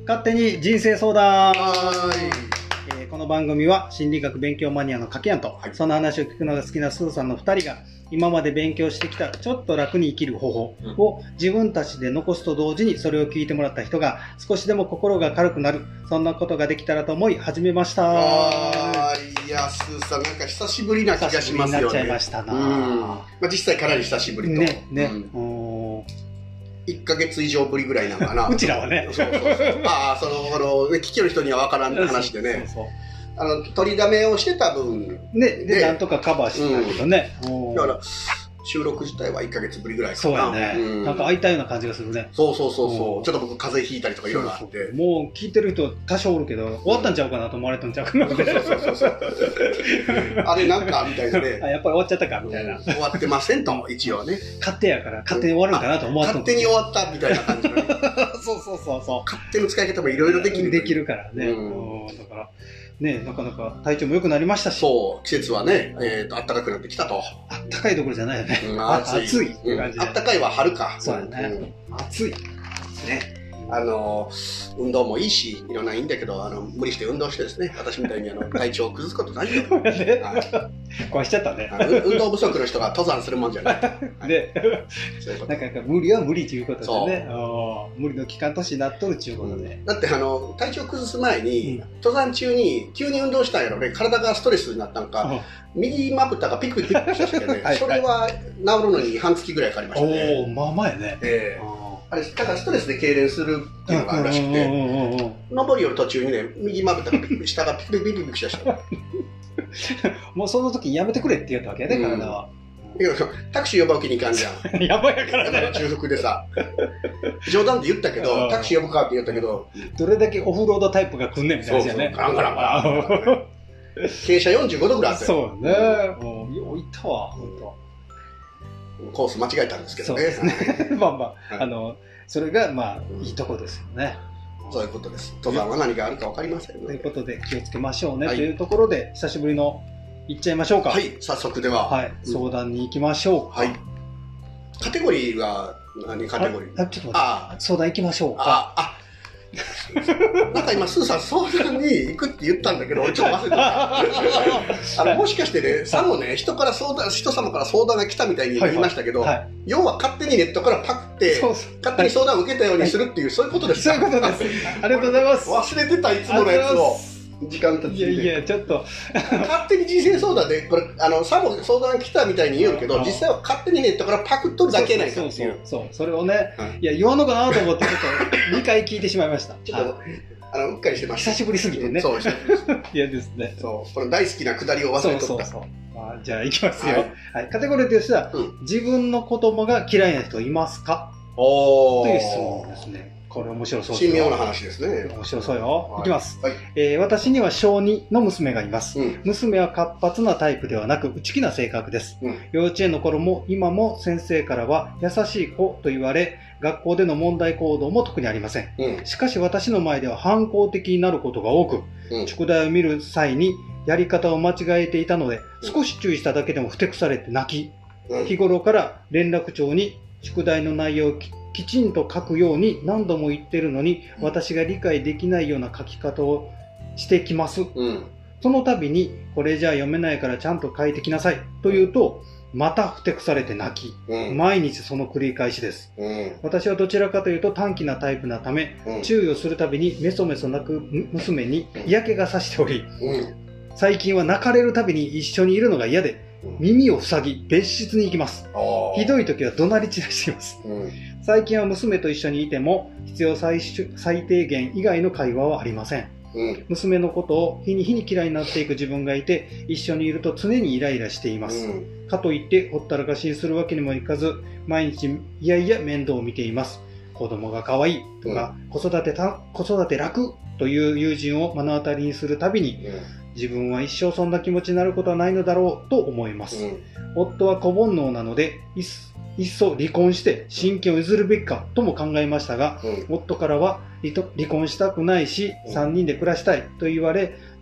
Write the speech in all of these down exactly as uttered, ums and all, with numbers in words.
勝手に人生相談。 はえーこの番組は心理学勉強マニアのかけやんと、 はいその話を聞くのが好きなスーさんのふたりが今まで勉強してきたちょっと楽に生きる方法を自分たちで残すと同時に、それを聞いてもらった人が少しでも心が軽くなる、そんなことができたらと思い始めました。 あーいや、スーさん、なんか久しぶりな気がしますよね。 久しぶりになっちゃいましたな。 うんまあ、実際かなり久しぶりと。 ね、ね。 うんおーいっかげつ以上ぶりぐらいなのかな。 うちらはね。 そうそうそう。ああ、その、あの、聞きよる人には分からん話でね。 そうそうあの、取りだめをしてた分。 ね、で、なんとかカバーしてたけどね。おーだから、収録自体はいっかげつぶりぐらいかな。 そうやね、 うんなんか会いたいような感じがするね。 そうそうそうそうう。 んちょっと僕風邪ひいたりとかいろいろあって。 そうそうもう聞いてる人多少おるけど、終わったんちゃうかなと思われたんちゃうかな。 そうそうそうそう。あれなんかみたいなあ、 ね。 やっぱり終わっちゃったかみたいな。 終わってませんと、一応ね。 勝手やから勝手に終わるんかなと思われた勝手に終わったみたいな感じのね。 そうそうそうそ勝手の使い方もいろいろう。 できる。 できるからね。 うんうんだから、ね、なかなか体調も良くなりましたし、 そう、季節はね、えっと、暖かくなってきたと。 あったかいどころじゃないよね。 うんあ暑い。 暑いって感じで。 うん暖かいは春か。 そうやね。暑い。 うんね。あの、運動もいいし、いろんないいんだけど、あの、無理して運動してですね、私みたいにあの体調を崩すことないよ。 ねはい壊しちゃったね。 あの運動不足の人が登山するもんじゃない。 で、 そういうことなんか無理は無理ということでね、あー無理の期間としてなっとるっていうことで。 だってあの体調崩す前に、 うん登山中に急に運動したんやろね、体がストレスになったんか、右まぶたがピクピクピクしてね、 はいそれは治るのに半月ぐらいかかりましたね。 おお、まあまあやね。 ええああれだからストレスで痙攣するっていうのがあるらしくて、 うんうんうんうん登りよる途中にね、右まぶたがピクピク、下がピクピクピクピクしだした。 もうその時にやめてくれって言ったわけやね、 うん体は。 いやタクシー呼ぶわけにいかんじゃん。 やばいやからね。 中腹でさ、冗談で言ったけうんど、タクシー呼ぶかって言ったけど、 どれだけオフロードタイプが来んねんみたいなやつやね。 そうそうガランガランガランガラン傾斜よんじゅうごどぐらいあったよ。 そうね。もう、よういったわ、ほんと。 コース間違えたんですけどね。 そうですね。まあまはいあ、あの、それがまあ、いいとこですよね。 そういうことです。登山は何があるか分かりませんので。 ということで、気をつけましょうね。 はいというところで、久しぶりの、行っちゃいましょうか。 は。い、早速では。 はい。相談に行きましょうか。 はい。カテゴリーは何カテゴリーあ、ちょっと待って。 あ相談行きましょうか。 あ、あ、なんか今、スーさん相談に行くって言ったんだけど、俺ちょっと忘れてた。あの、もしかしてね、さもね、人から相談、人様から相談が来たみたいに言いましたけど、 はい。 要は勝手にネットからパクって、 そうそう。 勝手に相談を受けたようにするっていう、そういうことですそうか。 いうことです。ありがとうございます。 忘れてた、いつものやつを。時間経ちいやいや、ちょっと、 勝手に人生相談で、これ、あの、さも相談来たみたいに言うけど、 うん実際は勝手にネットからパクっとるだけないかそうそうっていう。 そうそう。それをね、 はいいや、言わんのかなと思って、ちょっと、にかい聞いてしまいました。 ちょっと、あの、うっかりしてました。 久しぶりすぎてね。 そう、久しぶりですいやですね。 そう、この大好きなくだりを忘それとった。 うそうそう。まあ、じゃあ、行きますよ。 ははいい。カテゴリーとしては、 うん自分の子供が嫌いな人いますかおという質問ですね。これ面白そうですよ神妙な話ですね。 面白そうよ。 はいいきます。 はい。 えー私には小にの娘がいます。 うん。 娘は活発なタイプではなく内気な性格です。 うん。 幼稚園の頃も今も先生からは優しい子と言われ、学校での問題行動も特にありません。 うん。 しかし私の前では反抗的になることが多く、 うん。 宿題を見る際にやり方を間違えていたので、 うん少し注意しただけでもふてくされて泣き、 うん。 日頃から連絡帳に宿題の内容をききちんと書くように何度も言ってるのに、 うん私が理解できないような書き方をしてきます。 うん。 その度に、これじゃ読めないからちゃんと書いてきなさいと言うと、またふてくされて泣き、 うん。 毎日その繰り返しです。 うん。 私はどちらかというと短気なタイプなため、 うん。 注意をするたびにメソメソ泣くむ娘に嫌気がさしており、 うん。 最近は泣かれるたびに一緒にいるのが嫌で、耳を塞ぎ別室に行きます。ひどい。 い時は怒鳴り散らしています。 うん。 最近は娘と一緒にいても必要最終最低限以外の会話はありません。 うん。 娘のことを日に日に嫌いになっていく自分がいて、一緒にいると常にイライラしています。 うん。 かといってほったらかしにするわけにもいかず、毎日いやいや面倒を見ています。子供が可愛いとか、子育てた子育て楽という友人を目の当たりにするたびに、自分は一生そんな気持ちになることはないのだろうと思います。夫は子煩悩なので、いっいっそ離婚して親権を譲るべきかとも考えましたが、 うん。 夫からは離と離婚したくないし、 うんさんにんで暮らしたいと言われ、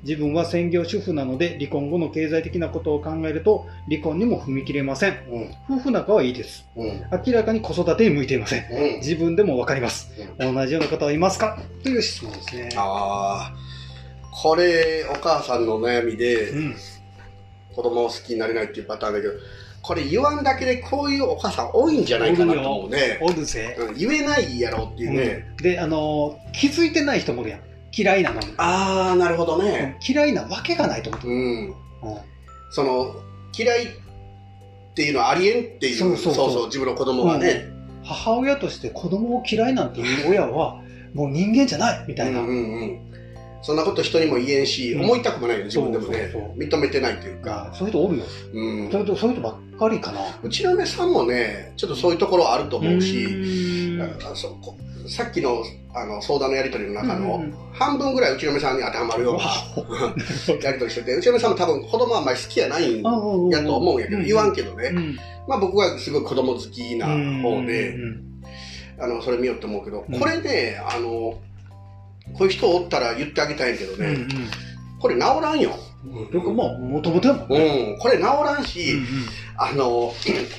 自分は専業主婦なので離婚後の経済的なことを考えると離婚にも踏み切れません。うん、夫婦仲はいいです、うん。明らかに子育てに向いていません。うん、自分でもわかります、うん。同じような方はいますかという質問ですね。 ああ、これお母さんの悩みで、うん、子供を好きになれないっていうパターンだけど、これ言わんだけでこういうお母さん多いんじゃないかなと思うね。 おるぜ、 うん、言えないやろっていうね、 うん、で、あのー、気づいてない人もいるやん。嫌いなのに。 ああ、なるほどね。 嫌いなわけがないと思う。うん。うん、 その嫌いっていうのはありえんっていう、そうそうそう、そうそう、自分の子供がね、 うん。母親として子供を嫌いなんていう親はもう人間じゃないみたいな。うんうんうん、 そんなこと人にも言えんし、うん、思いたくもないよ、自分でもね。そうそうそう、認めてないというか。 そういう人おるよ。うん、そういう人、そういう人ばっかりかな。 うちの嫁さんもね、ちょっとそういうところあると思うし、あそこさっきの、あの相談のやり取りの中の半分ぐらいうちの嫁さんに当てはまるようなやり取りしてて、うちの嫁さんも多分子供はあんまり好きやないんやと思うんやけど、言わんけどね、まあ僕はすごい子供好きな方で、あのそれ見ようと思うけど、これね、あのこういう人おったら言ってあげたいんやけどね、うんうん、これ治らんよ。 よくももともとやもんね。 うん、これ治らんし、うんうん、あの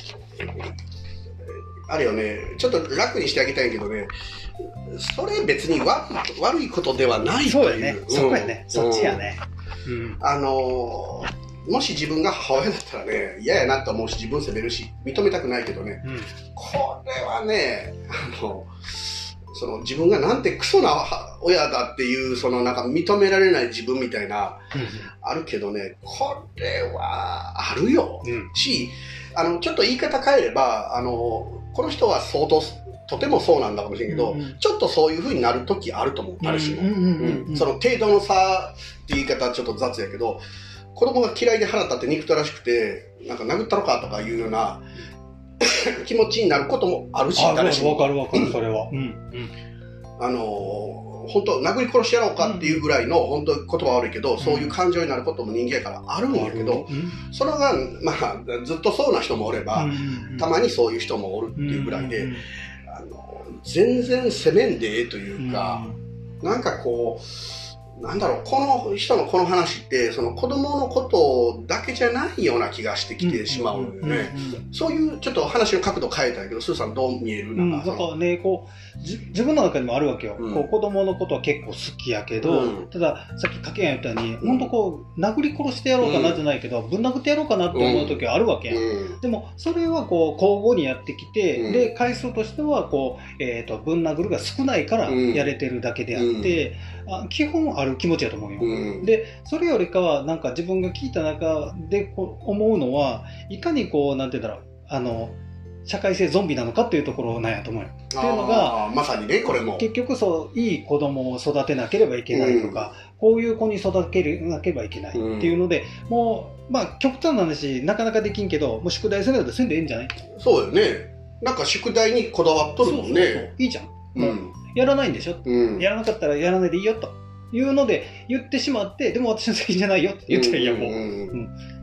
あれよね、ちょっと楽にしてあげたいけどね、それ別に悪い、悪いことではないという。そうやね、 うん、そこやね、そっちやね。 うん、あのもし自分が母親だったらね、嫌やなと思うし、自分責めるし、認めたくないけどね、うん、これはね、あのその自分がなんてクソな親だっていう、そのなんか認められない自分みたいな、うん、あるけどね、これはあるよ、うん、し、あのちょっと言い方変えれば、あのこの人は相当とてもそうなんだかもしれんけど、うんうん、ちょっとそういう風になる時あると思う、誰しも。その程度の差っていう言い方はちょっと雑やけど、子供が嫌いで腹立って憎たらしくて、なんか殴ったろかとかいうような気持ちになることもあるし、誰しも。 わかるわかる、それは。うんうん、 あの本当殴り殺してやろうかっていうぐらいの、本当言葉悪いけど、そういう感情になることも人間やからあるんやけど、うん、それがまあずっとそうな人もおれば、うん、たまにそういう人もおるっていうぐらいで、うん、あの全然責めんでええというか、うん、なんかこうなんだろう、この人のこの話ってその子供のことだけじゃないような気がしてきてしまうのよね。そういうちょっと話の角度変えたけど、スーさんどう見える？ なんか、うん、だからね、こうじ自分の中にもあるわけよ、うん、こう子供のことは結構好きやけど、うん、たださっき掛けが言ったように、うん、本当こう殴り殺してやろうかなじゃないけど、うん、ぶん殴ってやろうかなって思う時はあるわけやん、うん、でもそれはこう交互にやってきて、うん、で回数としてはこう、えー、とぶん殴るが少ないからやれてるだけであって、うん、あ基本ある気持ちやと思うよ、うん、でそれよりかはなんか自分が聞いた中でこう思うのは、いかにこうなんて言うんだろう、あの社会性ゾンビなのかっていうところなんやと思うよ。っていうのがまさにね、これも結局そういい子供を育てなければいけないとか、うん、こういう子に育てなければいけないっていうので、うん、もうまあ極端な話なかなかできんけど、もう宿題せないとせんでいいんじゃない？ そうよね。なんか宿題にこだわっとるもんね。そうそうそう、 いいじゃん。もう、うん、やらないんでしょ、うん、やらなかったらやらないでいいよというので言ってしまって、でも私の責任じゃないよって言ってるやん、もう、うんうん、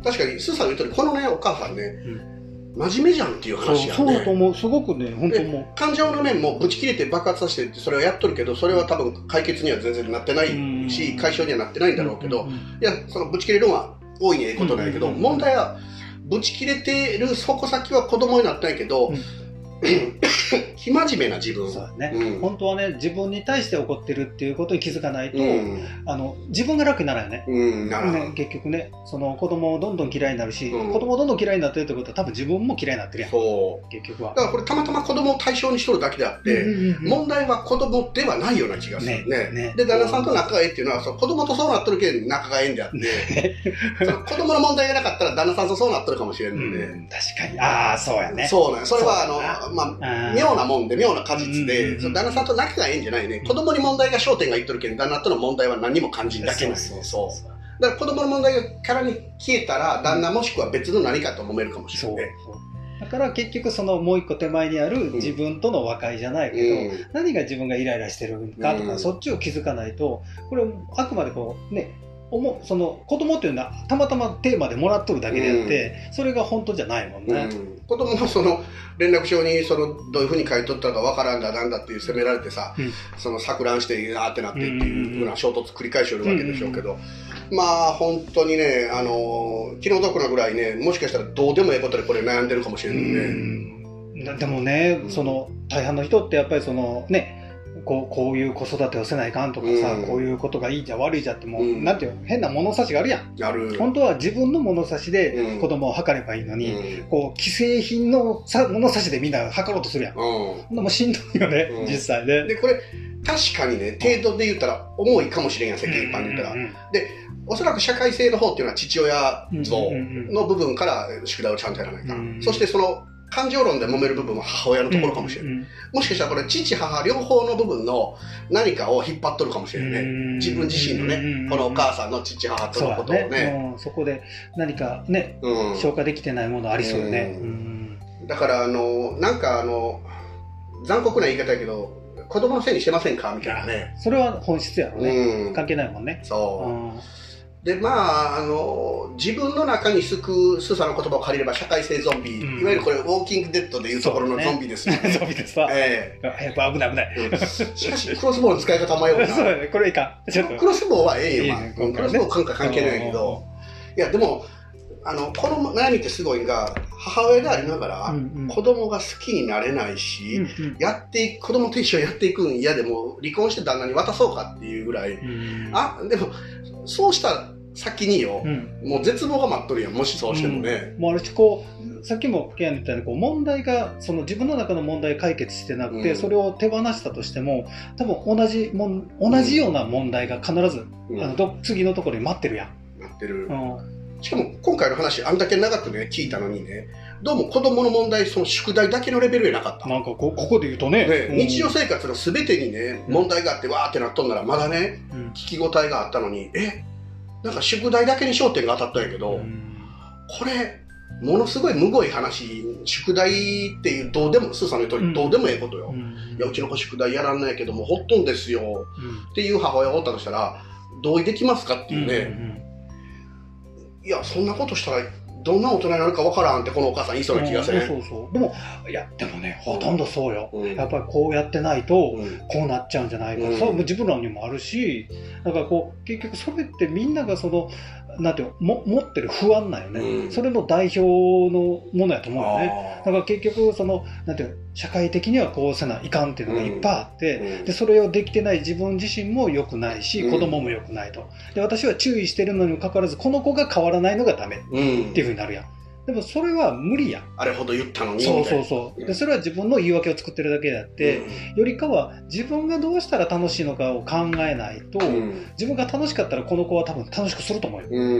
確かにスーさんが言うとおり、このねお母さんね、うん真面目じゃんっていう話やね。 そうだと思う。すごくね、本当もう。 感情の面もぶち切れて爆発させてってそれはやっとるけど、それは多分解決には全然なってないし、解消にはなってないんだろうけど、いや、そのぶち切れるのは大いにええことなんやけど、問題はぶち切れてる矛先は子供になったんやけど、うん生真面目な自分。 そうだね、うん、本当はね、自分に対して怒ってるっていうことに気づかないと、うん、あの自分が楽にならないよね、うん、ならね、結局ね、その子供をどんどん嫌いになるし、うん、子供をどんどん嫌いになってるってことは多分自分も嫌いになってるやん。そう結局はだからこれたまたま子供を対象にしとるだけであって、うんうんうん、問題は子供ではないような気がする ね, ね, ねで旦那さんと仲がいいっていうのは、その子供とそうなっとるけん仲がいいんであって、その子供の問題がなかったら旦那さんとそうなっとるかもしれんので、うん、 確かに、ああそうやね、 そうね、それはあのまあ妙なもんで妙な果実で、うん、その旦那さんと仲がいいんじゃないね、子供に問題が焦点がいっとるけん旦那との問題は何にも感じんだけなんですね。そうそうそう、だから子供の問題がからに消えたら旦那もしくは別の何かと揉めるかもしれない、ね、そうだから結局そのもう一個手前にある自分との和解じゃないけど、うん、何が自分がイライラしてるかとか、うん、そっちを気づかないと、これあくまでこうね、その子供っていうのはたまたまテーマでもらっとるだけであって、うん、それが本当じゃないもんね、うん、 子供のその連絡帳にそのどういうふうに書いとったかわからんだなんだっていう責められてさ、うん、その錯乱してあーってなってっていうふうな衝突繰り返しよるわけでしょうけど、 まあ本当にね、あの気の毒なぐらいね、もしかしたらどうでもいいことでこれ悩んでるかもしれないね。 でもね、 うん、 その大半の人ってやっぱりそのね、こう、こういう子育てをせないかんとかさ、うん、こういうことがいいじゃ悪いじゃってもう、うん、なんていう変な物差しがあるやん。 ある。 本当は自分の物差しで子供を測ればいいのに、うん、こう既製品のさ物差しでみんな測ろうとするやん。うん、もうしんどいよね、うん、実際ね。 でこれ確かにね、程度で言ったら重いかもしれんやん、世間一般で言ったら。うんうんうん、でおそらく社会性の方っていうのは父親像の部分から宿題をちゃんとやらないか、うんうん、そしてその感情論で揉める部分は母親のところかもしれない、うんうん、もしかしたらこれ父母両方の部分の何かを引っ張っとるかもしれないね、自分自身のね、このお母さんの父母とのことを ね, ね、うん、そこで何かね、うん、消化できてないものありそうよね、 うんうん、だからあのなんかあの残酷な言い方やけど子供のせいにしてませんかみたいなね、 それは本質やろね、うん、関係ないもんね。 そう、うんでまあ、あの自分の中に救うスーさんの言葉を借りれば社会性ゾンビ、うん、いわゆるこれウォーキングデッドでいうところのゾンビですよね。 ゾンビですわ。ええー、やっぱ危ない危ない。 うん、しかしクロスボウの使い方迷うな。 そうだね、これいかん。ちょっとクロスボウはええよ、まあ、いいね、クロスボウ関係関係ないけど、いやでもあのこの悩みってすごいが、母親でありながら、うんうん、子供が好きになれないし、うんうん、やっていく子供と一緒にやっていくん嫌でも離婚して旦那に渡そうかっていうぐらい、うん、あでもそうした先によ、うん、もう絶望が待っとるやん、もしそうしてもね。 うん、もうある種こうさっきもケアに言ったようにこう問題がその自分の中の問題解決してなくて、うん、それを手放したとしても多分同じもん同じような問題が必ず、うん、あの次のところに待ってるやん。 待ってる。うん、しかも今回の話あんだけ長くね聞いたのにね、どうも子供の問題その宿題だけのレベルじゃなかった。 なんか こ, ここで言うとね、 ね、日常生活の全てにね問題があってわーってなっとんならまだね、うん、聞き応えがあったのに、えなんか宿題だけに焦点が当たったんやけど、うん、これものすごいむごい話、宿題っていうどうでもスーさんの言う通りどうでもええことよ、うん、いやうちの子宿題やらんないけどもほっとんですよ、うん、っていう母親がおったとしたら同意できますかっていうね、うんうん、いやそんなことしたらどんな大人になるかわからんってこのお母さん言いそうな気がする、ね、 そうそうそう。でもいやでもねほとんどそうよ、うん、やっぱりこうやってないとこうなっちゃうんじゃないか、うん、そう自分らにもあるし、だからこう結局それってみんながそのなんていうも持ってる不安なんよね、うん、それの代表のものやと思うよね。だから結局そのなんていう社会的にはこうせないかんっていうのがいっぱいあって、うん、でそれをできてない自分自身も良くないし、うん、子供も良くないと。で私は注意してるのにもかかわらずこの子が変わらないのがダメっていう風になるやん。でもそれは無理やん。 あれほど言ったのに。 そうそうそう。でそれは自分の言い訳を作ってるだけであって、うん、よりかは自分がどうしたら楽しいのかを考えないと、うん、自分が楽しかったらこの子は多分楽しくすると思うよ。うん、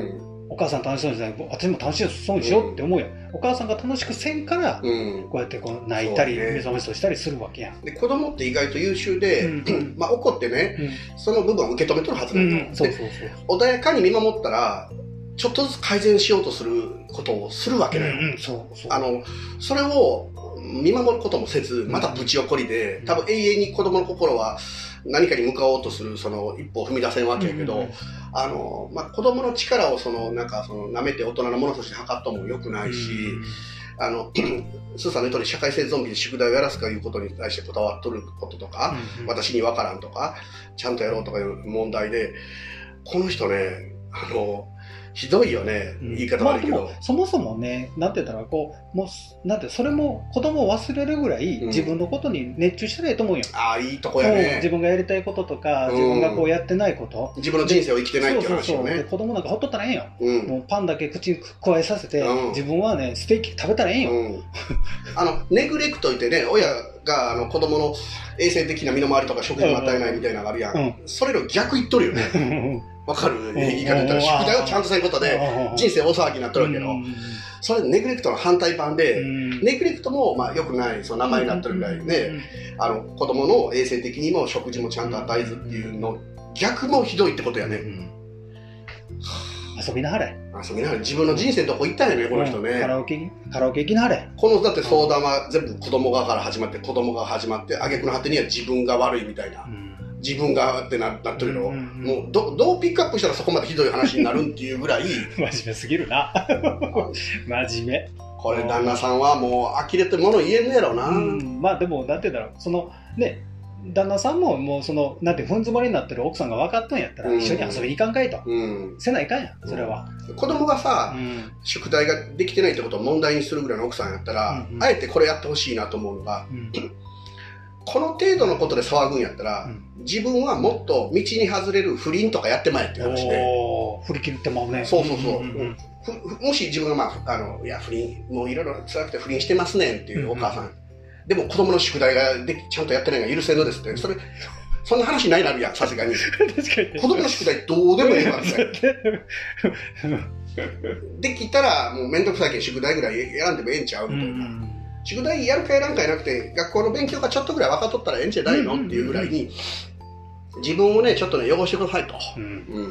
お母さん楽しそうにしない私も楽しそうにしようって思うよ。うん、お母さんが楽しくせんから、うん、こうやってこう泣いたり、ね、目覚めそうしたりするわけやん。 で子供って意外と優秀で、うんまあ、怒ってね、うん、その部分を受け止めとるはずなんだよ、うん、そうそうそう。穏やかに見守ったらちょっとずつ改善しようとすることをするわけだよ、うんうん、そうそう。あのそれを見守ることもせずまたぶち起こりで、うん、多分永遠に子供の心は何かに向かおうとするその一歩を踏み出せんわけやけど、うんうん、あのまあ、子供の力をそのなんかその舐めて大人のものとして測ったもよくないし、うん、あのスーさんの言う通り社会性ゾンビで宿題をやらすかいうことに対してこだわっとることとか、うんうん、私に分からんとかちゃんとやろうとかいう問題でこの人ねあのひどいよね、言い方悪いけど、まあ、でもそもそもね、なんて言ったらこう、もうなんてそれも子供を忘れるぐらい自分のことに熱中したらいいと思うよ。 うん、ああいいとこやね。 自分がやりたいこととか、うん、自分がこうやってないこと、 自分の人生を生きてないっていう話よね。そうそうそう。で子供なんかほっとったらええんよ。うん、もうパンだけ口に加えさせて、うん、自分はねステーキ食べたらええんよ。うん、 あのネグレクトいってね、親があの子供の衛生的な身の回りとか食事も与えないみたいなのがあるやん。うん、それの逆言っとるよね。わかる言い方言ったら宿題をちゃんとせんことで人生大騒ぎになっとるわけど、それネグレクトの反対版で、ネグレクトもまあ良くないその名前になってるぐらいで、あの子供の衛生的にも食事もちゃんと与えずっていうの逆もひどいってことやね。 遊びなはれ。 遊びなはれ。自分の人生のとこ行ったんやね、この人ね。 カラオケにカラオケ行きなはれ。 このだって相談は全部子供側から始まって子供が始まって挙句の果てには自分が悪いみたいな。自分がって な, なってるの、うんうんうん、もう ど, どうピックアップしたらそこまでひどい話になるっていうぐらい真面目すぎるな真面目。 これ旦那さんはもう呆れてもの言えんねやろうな、 うん、まあでもなんて言うんだろうそのね旦那さんももうそのなんてふん詰まりになってる奥さんが分かったんやったら、一緒に遊びに行かんかいと、うん、せないかんやそれは、 うん、子供がさ、うん、宿題ができてないってことを問題にするぐらいの奥さんやったら、うんうん、あえてこれやってほしいなと思うのが、うん、この程度のことで騒ぐんやったら、うん、自分はもっと道に外れる不倫とかやってまえっていう話で、 振り切ってまうね。 そうそうそう、うんうんうん、もし自分が、まあ、あのいや不倫もういろいろ辛くて不倫してますねんっていうお母さん、うんうん、でも子供の宿題がでちゃんとやってないのが許せんのですって、それそんな話ないなるやん、さすがに。確かに子供の宿題どうでもいいわみたいな。できたらもうめんどくさいけん宿題ぐらい選んでもええんちゃうみたいな、うんうん、宿題やるかやらんかやなくて学校の勉強がちょっとぐらい分かっとったらええんじゃないの、うんうんうん、っていうぐらいに自分をねちょっとね汚してくださいと、うんうん、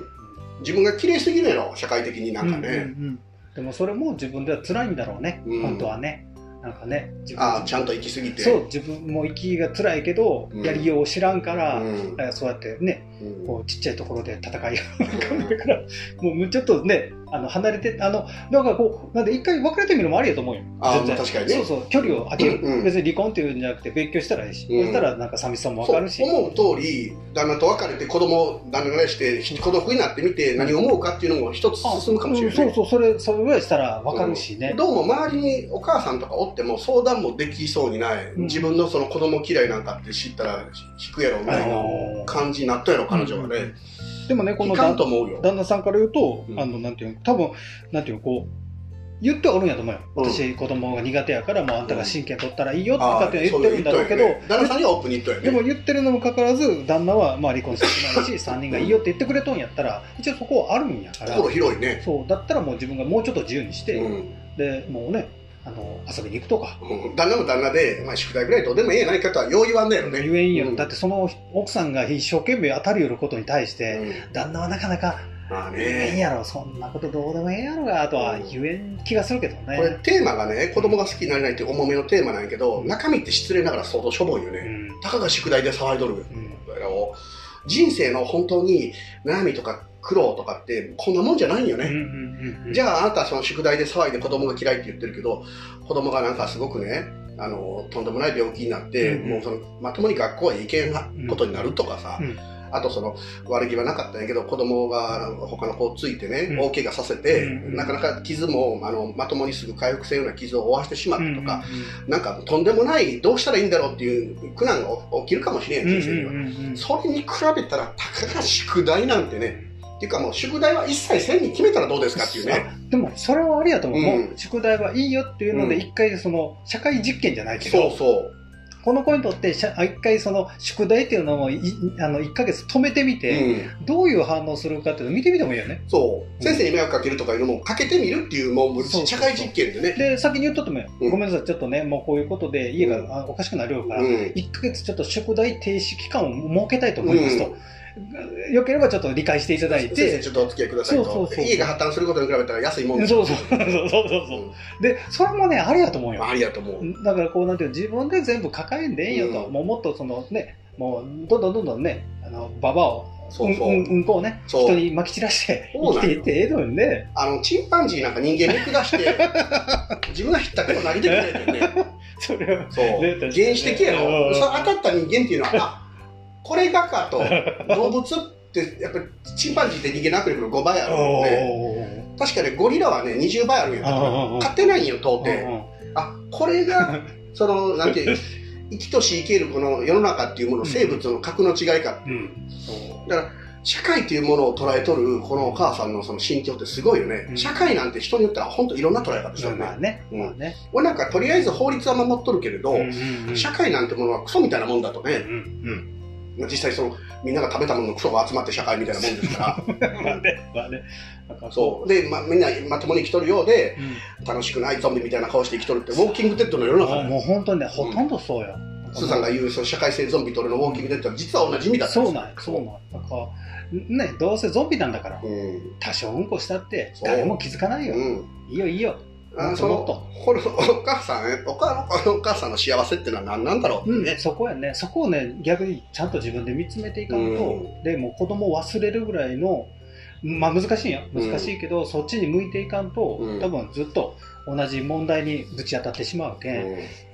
自分が綺麗すぎるやろ社会的になんかね、うんうんうん、 でもそれも自分では辛いんだろうね、うん、本当はね。なんかね、 自分あちゃんと行き過ぎて、 そう自分も行きが辛いけど、うん、やりようを知らんから、うん、だからそうやってね、うん、こうちっちゃいところで戦いをだからもうちょっとねあの離れてあのだからこうなんで一回別れてみるのもありやと思うよ。 あ全然確かにね。 そうそう距離を空ける、うんうん、別に離婚っていうんじゃなくて別居したらいいし、うん、そしたらなんか寂しさも分かるし。 思う通り旦那と別れて子供旦那がして孤独になってみて何を思うかっていうのも一つ進むかもしれない、ね。 そうそうそれそれぐらいしたら分かるしね、 うん。どうも周りにお母さんとかおっても相談もできそうにない、うん、自分のその子供嫌いなんかって知ったら引くやろみたいな感じになったやろ彼女はね、うんうん、でもねこの旦那さんから言うと、うん、あのなんていうの多分なんていうのこう言っておるんやと思うよ、うん、私子供が苦手やからもうあんたが親権取ったらいいよとかって言ってるんだろうけど、ね、 旦那さんにはオープンに言っとるよね。 でも言ってるのもかかわらず旦那はまあ離婚してないしさんにんがいいよって言ってくれとんやったら一応そこはあるんやから心広いね。 そうだったらもう自分がもうちょっと自由にして、うん、でもうねあの遊びに行くとか、 うん、旦那も旦那で、まあ、宿題ぐらいどうでもええやないかとはよう言わんねやろね。 言えんよ、うん、だってその奥さんが一生懸命当たりよることに対して、うん、旦那はなかなかまあね、言えんやろそんなことどうでもええやろがとは言えん気がするけどね。 これテーマがね子供が好きになれないっていう重めのテーマなんやけど、うん、中身って失礼ながら相当しょぼいよね、うん、たかが宿題で騒いどる、うん、人生の本当に悩みとか苦労とかってこんなもんじゃないんよね、うんうんうんうん、じゃああなたはその宿題で騒いで子供が嫌いって言ってるけど子供がなんかすごくねあのとんでもない病気になって、うんうん、もうそのまともに学校へ行けんことになるとかさ、うんうん、あとその悪気はなかったんやけど子供が他の子をついてね、うん、大怪我させて、うん、なかなか傷もあのまともにすぐ回復せんような傷を負わしてしまったとか、うん、なんかとんでもないどうしたらいいんだろうっていう苦難が起きるかもしれん人生には、うんうんうん、それに比べたらたかが宿題なんてねっていうかもう宿題は一切せんに決めたらどうですかっていうね。 でもそれはありやと思う、うん、もう宿題はいいよっていうので一回その社会実験じゃないけど、 そうそうこの子にとって一回その宿題っていうのをいあのいっかげつ止めてみて、うん、どういう反応するかっていうのを見てみてもいいよね。 そう、うん、先生に迷惑かけるとかいうのもかけてみるっていうもう社会実験でね。 で先に言っとってもよ、うん、ごめんなさいちょっとねもうこういうことで家がおかしくなるから、うん、いっかげつちょっと宿題停止期間を設けたいと思いますと。うん、よければちょっと理解していただいて先生ちょっとお付き合いくださいと。そうそうそう、家が破綻することに比べたら安いもんです。 そうそうそうそうそう、うん、でそれもねありやと思うよ。 ありやと思う。 だからこうなんていう自分で全部抱えんでええよと、うん、もうもっとそのねもうどんどんどんどんねあのババアをそうそう、うん、うんこをね人に撒き散らして生きていってええのにね。 あのチンパンジーなんか人間見下して自分がひったくそ投げてくれてねそれはそう、ね、原始的やろ。そ当たった人間っていうのはあこれがかと動物ってやっぱりチンパンジーって人間の握力のごばいあるので、確かにゴリラはねにじゅうばいあるんやから勝てないんよ到底。あこれがそのなんていう生きとし生けるこの世の中っていうもの生物の格の違いか、うん、だから社会っていうものを捉えとるこのお母さんのその心境ってすごいよね、うん、社会なんて人によっては本当いろんな捉え方してるね、まあね、うんまあね、俺なんかとりあえず法律は守っとるけれど、うんうんうん、社会なんてものはクソみたいなもんだとね、うんうん実際そのみんなが食べたもののクソが集まって社会みたいなもんですからまあね、まあね、そうで、まあ、みんなまともに生きとるようで、うん、楽しくないゾンビみたいな顔して生きとるってウォーキングデッドの世の中でもう本当にねほとんどそうよ、 うん、スーさんが言うその社会性ゾンビと俺のウォーキングデッドは実は同じ意味だったそうなんそうなんなんかねどうせゾンビなんだから、うん、多少うんこしたって誰も気づかないよ、うん、いいよいいよあそのこれお母さんねお母お母さんの幸せってのは何なんだろうってね、 うん、そこやねそこをね逆にちゃんと自分で見つめていかんと、うん、でもう子供を忘れるぐらいのまあ難しいんよ難しいけど、うん、そっちに向いていかんと、うん、多分ずっと同じ問題にぶち当たってしまうけん、うん、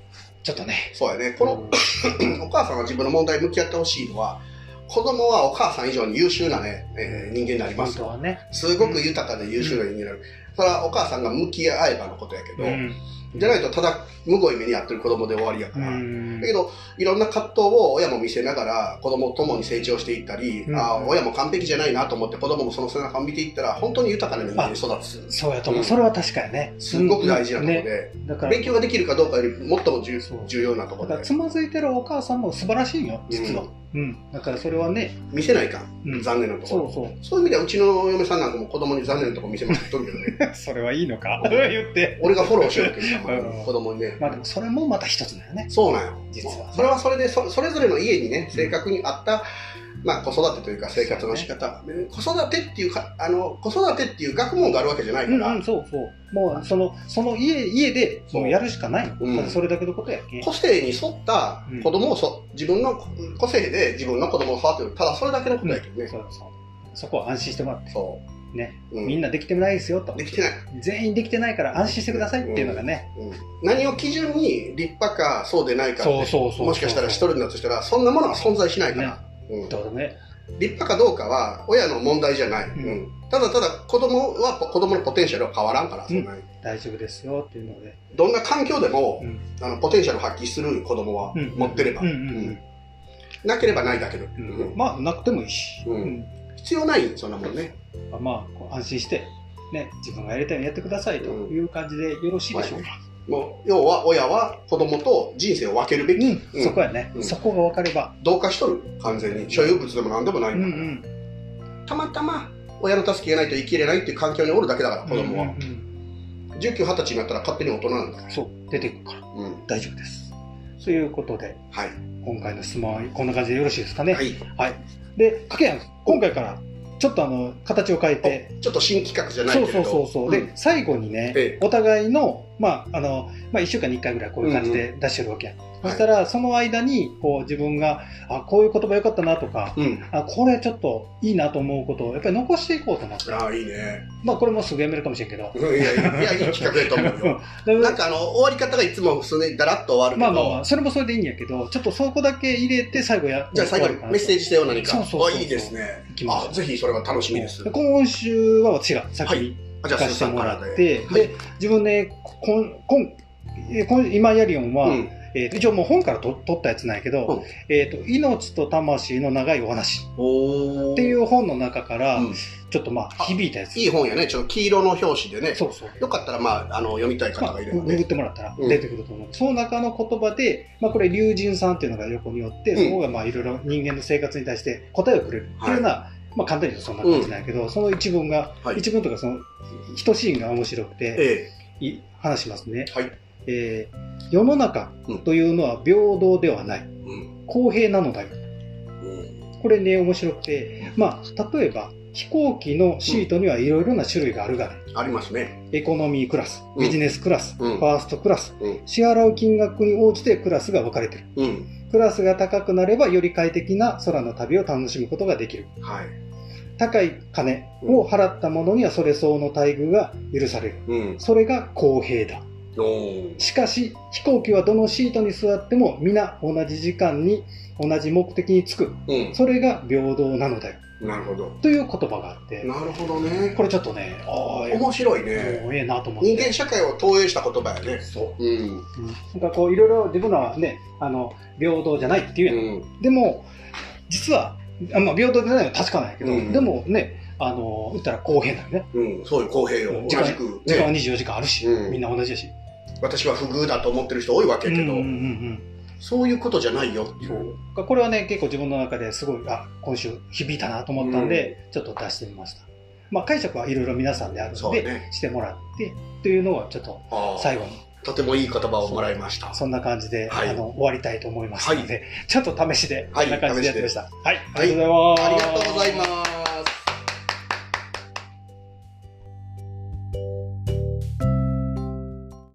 ちょっとね。 そうやね。この、お母さんは自分の問題に向き合ってほしいのは、子供はお母さん以上に優秀なね、えー、人間になりますよ。 本当はね。 すごく豊かで優秀な人間になる。それはお母さんが向き合えばのことやけど、じゃないとただむごい目に遭ってる子供で終わりやから。だけど、いろんな葛藤を親も見せながら子供と共に成長していったり、うん、あ親も完璧じゃないなと思って子供もその背中を見ていったら本当に豊かな人間に育つ。 そうやと思う、うん。それは確かにね。 すごく大事なところで、ね、だから勉強ができるかどうかよりもっとも重要なところで。 だからつまずいてるお母さんも素晴らしいよ、実は。うん。うん、だからそれはね。 見せないかん。うん、残念なところ。そうそう。そういう意味ではうちの嫁さんなんかも子供に残念なところ見せまくっとるけどね。 それはいいのか言って。 俺がフォローしようけど、子供にね。 まあでもそれもまた一つだよね。 そうなんよ。 実は。 それはそれでそ、それぞれの家にね、性格に合った、まあ子育てというか生活の仕方。ね、子育てっていうか、あの、子育てっていう学問があるわけじゃないから。 うんうん、そうそう。もうその、その家、家でもうやるしかないの。うん、それだけのことやっけ。 個性に沿った子供をそ、自分の個性で自分の子供を育てる。ただそれだけのことやけどね。うん、そうそう。そこは安心してもらって。そう。ね、うん、みんなできてないですよと。 できてない。 全員できてないから安心してくださいっていうのがね。 うんうん、何を基準に立派かそうでないかって、もしかしたら一人だとしたら、そんなものは存在しないから。 ね、うん、どうだね。 立派かどうかは親の問題じゃない。うんうん、ただただ子供は子供のポテンシャルは変わらんから、そんなに、うん、 大丈夫ですよっていうので。 どんな環境でも、うん、あのポテンシャルを発揮する子供は持ってれば。なければないだけど。 うん、まあ、なくてもいいし。 うん必要ないそんなもんね。 まあ安心してね自分がやりたいのやってくださいという感じでよろしいでしょうか。 うんはい、もう要は親は子供と人生を分けるべき。 うんうん、そこやね、うん。そこが分かれば。 同化しとる完全に所有物でも何でもないんだから。うんうん、たまたま親の助けがないと生きれないっていう環境におるだけだから子供は。うんうんうん、じゅうきゅう、はたちになったら勝手に大人なんだから。 そう出てくるから、うん、大丈夫です。ということで、はい、今回の質問はこんな感じでよろしいですかね。はい。はい、でかけやん今回からちょっとあの形を変えてちょっと新企画じゃないけれどそうそうそうそう、うん、で最後にね、ええ、お互いのまああのまあいっしゅうかんにいっかいぐらいこういう感じで出してるわけや、うんうん、そしたら、はい、その間にこう自分があこういう言葉良かったなとか、うん、あこれちょっといいなと思うことをやっぱり残していこうと思って。 ああいいね。 まあこれもすぐやめるかもしれんけど、 いやいやいやいい企画だと思うよ。なんかあの終わり方がいつも普通にダラッと終わるけど、 まあまあまあそれもそれでいいんやけど、ちょっとそこだけ入れて最後やじゃあ最後にメッセージ性を何か。そうそうそうそう。あいいですね。あぜひそれは楽しみです。 今週は私が先に出してもらって、はい、で自分ねこんこん今やりおんは、うんえー、一応もう本からと取ったやつなんやけど、うんえーと「命と魂の長いお話」っていう本の中から、うん、ちょっとまあ響いたやつ。 いい本やね。ちょっと黄色の表紙でね。そうそう。よかったらまああの読みたい方がいればね。 まあ、ググってもらったら出てくると思う。うん、その中の言葉で、まあこれ龍神さんっていうのが横によって、うん、そこがまあいろいろ人間の生活に対して答えをくれるっていうような、はい、まあ簡単に言うとそんな感じなんやけど、うん、その一文が、はい、一文とかその一シーンが面白くて、ええ、い話しますね。はいえー、世の中というのは平等ではない、うん、公平なのだよ、うん、これね面白くて、まあ、例えば飛行機のシートにはいろいろな種類があるがね、 うん、ありますね。 エコノミークラス、ビジネスクラス、うん、ファーストクラス、うん、支払う金額に応じてクラスが分かれている、うん、クラスが高くなればより快適な空の旅を楽しむことができる、はい、高い金を払った者にはそれ相応の待遇が許される、うん、それが公平だ。しかし飛行機はどのシートに座っても皆同じ時間に同じ目的に着く、うん、それが平等なのだよ。なるほど。という言葉があって。 なるほどね。 これちょっとね、あ面白いね。 ええなと思って。 人間社会を投影した言葉やね。そう。うん。 なんかこういろいろ自分らはね、あの平等じゃないっていうやん。うん、でも実はあまあ平等じゃないのは確かなんやけど、うん、でもね。あの言ったら公平だよね。 うん、そういう公平よ。 時間、ね、時間はにじゅうよじかんあるし、うん、みんな同じだし。 私は不遇だと思ってる人多いわけけど、うんうんうん、そういうことじゃないよっていう。 これはね、結構自分の中ですごい、あ、今週響いたなと思ったんで、うん、ちょっと出してみました。まあ解釈はいろいろ皆さんであるので、ね、してもらってというのはちょっと最後に。 とてもいい言葉をもらいました。 そんな感じで、はい、あの終わりたいと思いますので、はい、ちょっと試しで、こんな感じでやってました。はい、はい、ありがとうございます。 ありがとうございます。